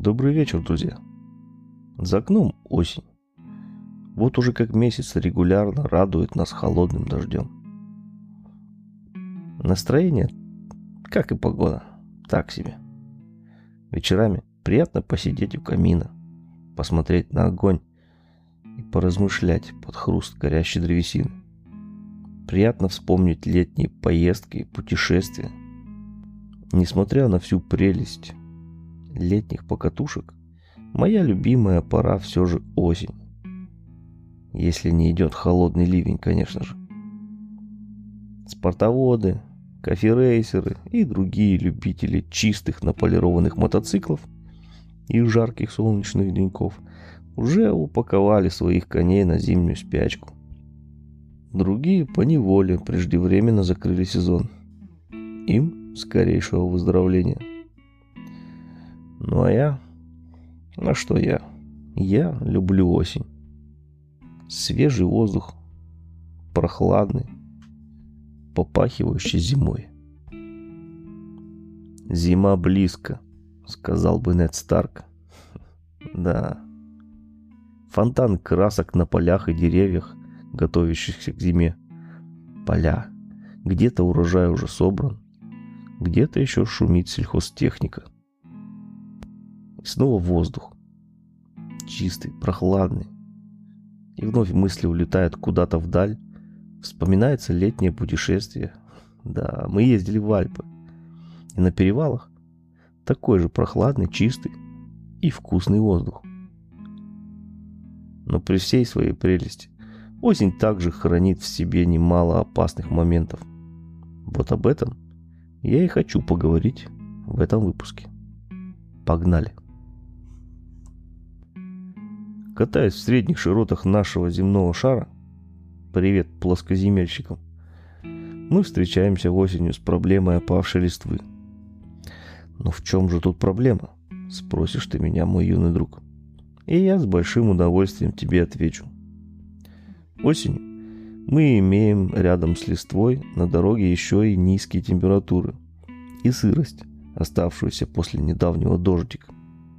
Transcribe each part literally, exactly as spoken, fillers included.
Добрый вечер, друзья. За окном осень. Вот уже как месяц регулярно радует нас холодным дождем. Настроение, как и погода, так себе. Вечерами приятно посидеть у камина, посмотреть на огонь и поразмышлять под хруст горящей древесины. Приятно вспомнить летние поездки и путешествия. Несмотря на всю прелесть летних покатушек, моя любимая пора все же осень. Если не идет холодный ливень, конечно же. Спортоводы, кофе-рейсеры и другие любители чистых наполированных мотоциклов и жарких солнечных деньков уже упаковали своих коней на зимнюю спячку. Другие поневоле преждевременно закрыли сезон. Им скорейшего выздоровления. Ну а я... А что я? Я люблю осень. Свежий воздух, прохладный, попахивающий зимой. «Зима близко», — сказал бы Нед Старк. Да. Фонтан красок на полях и деревьях, готовящихся к зиме. Поля. Где-то урожай уже собран, где-то еще шумит сельхозтехника. И снова воздух. Чистый, прохладный. И вновь мысли улетают куда-то вдаль. Вспоминается летнее путешествие. Да, мы ездили в Альпы. И на перевалах такой же прохладный, чистый и вкусный воздух. Но при всей своей прелести осень также хранит в себе немало опасных моментов. Вот об этом я и хочу поговорить в этом выпуске. Погнали! Катаясь в средних широтах нашего земного шара, привет плоскоземельщикам, мы встречаемся осенью с проблемой опавшей листвы. Но в чем же тут проблема? Спросишь ты меня, мой юный друг. И я с большим удовольствием тебе отвечу. Осенью мы имеем рядом с листвой на дороге еще и низкие температуры и сырость, оставшуюся после недавнего дождика.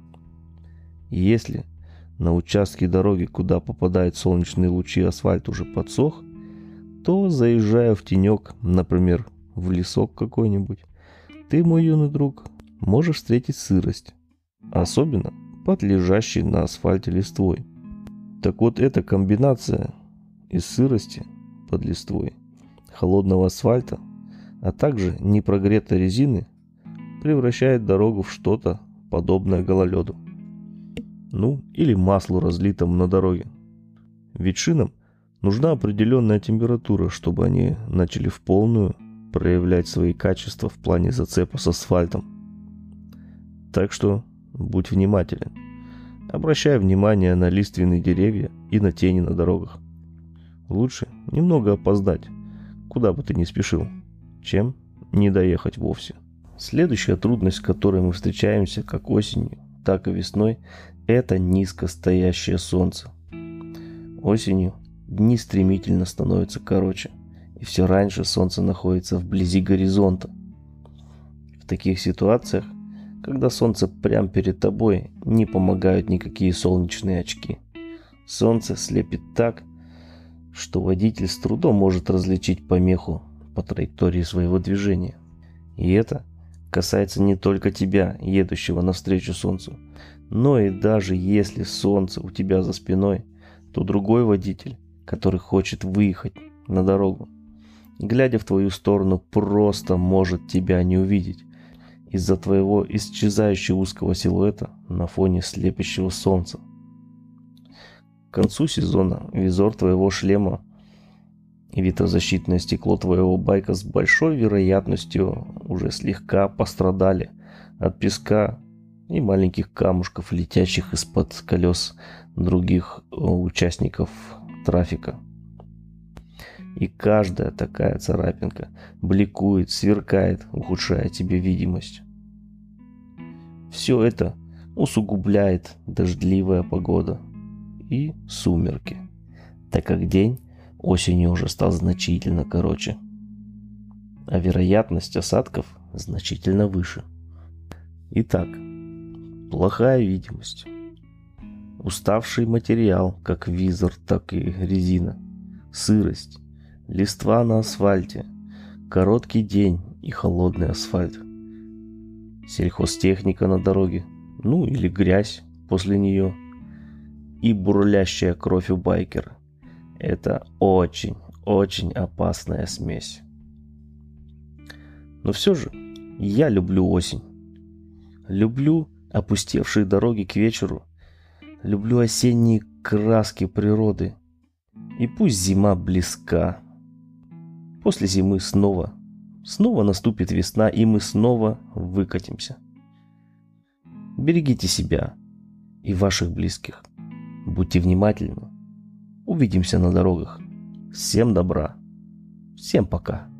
И если на участке дороги, куда попадают солнечные лучи, асфальт уже подсох, то, заезжая в тенек, например, в лесок какой-нибудь, ты, мой юный друг, можешь встретить сырость, особенно под лежащей на асфальте листвой. Так вот, эта комбинация из сырости под листвой, холодного асфальта, а также непрогретой резины превращает дорогу в что-то подобное гололеду. Ну, или маслу, разлитому на дороге. Ведь шинам нужна определенная температура, чтобы они начали в полную проявлять свои качества в плане зацепа с асфальтом. Так что будь внимателен. Обращай внимание на лиственные деревья и на тени на дорогах. Лучше немного опоздать, куда бы ты ни спешил, чем не доехать вовсе. Следующая трудность, с которой мы встречаемся как осенью, так и весной, это низкостоящее солнце. Осенью дни стремительно становятся короче, и все раньше солнце находится вблизи горизонта. В таких ситуациях, когда солнце прямо перед тобой, не помогают никакие солнечные очки. Солнце слепит так, что водитель с трудом может различить помеху по траектории своего движения. И это касается не только тебя, едущего навстречу солнцу, но и даже если солнце у тебя за спиной, то другой водитель, который хочет выехать на дорогу, глядя в твою сторону, просто может тебя не увидеть из-за твоего исчезающего узкого силуэта на фоне слепящего солнца. К концу сезона визор твоего шлема и ветрозащитное стекло твоего байка с большой вероятностью уже слегка пострадали от песка и маленьких камушков, летящих из-под колес других участников трафика. И каждая такая царапинка бликует, сверкает, ухудшая тебе видимость. Все это усугубляет дождливая погода и сумерки, так как день осенью уже стал значительно короче, а вероятность осадков значительно выше. Итак, плохая видимость, уставший материал, как визор, так и резина, сырость, листва на асфальте, короткий день и холодный асфальт, сельхозтехника на дороге, ну или грязь после нее, и бурлящая кровь у байкера. Это очень, очень опасная смесь. Но все же я люблю осень. Люблю опустевшие дороги к вечеру. Люблю осенние краски природы. И пусть зима близка. После зимы снова, снова наступит весна, и мы снова выкатимся. Берегите себя и ваших близких. Будьте внимательны. Увидимся на дорогах. Всем добра. Всем пока.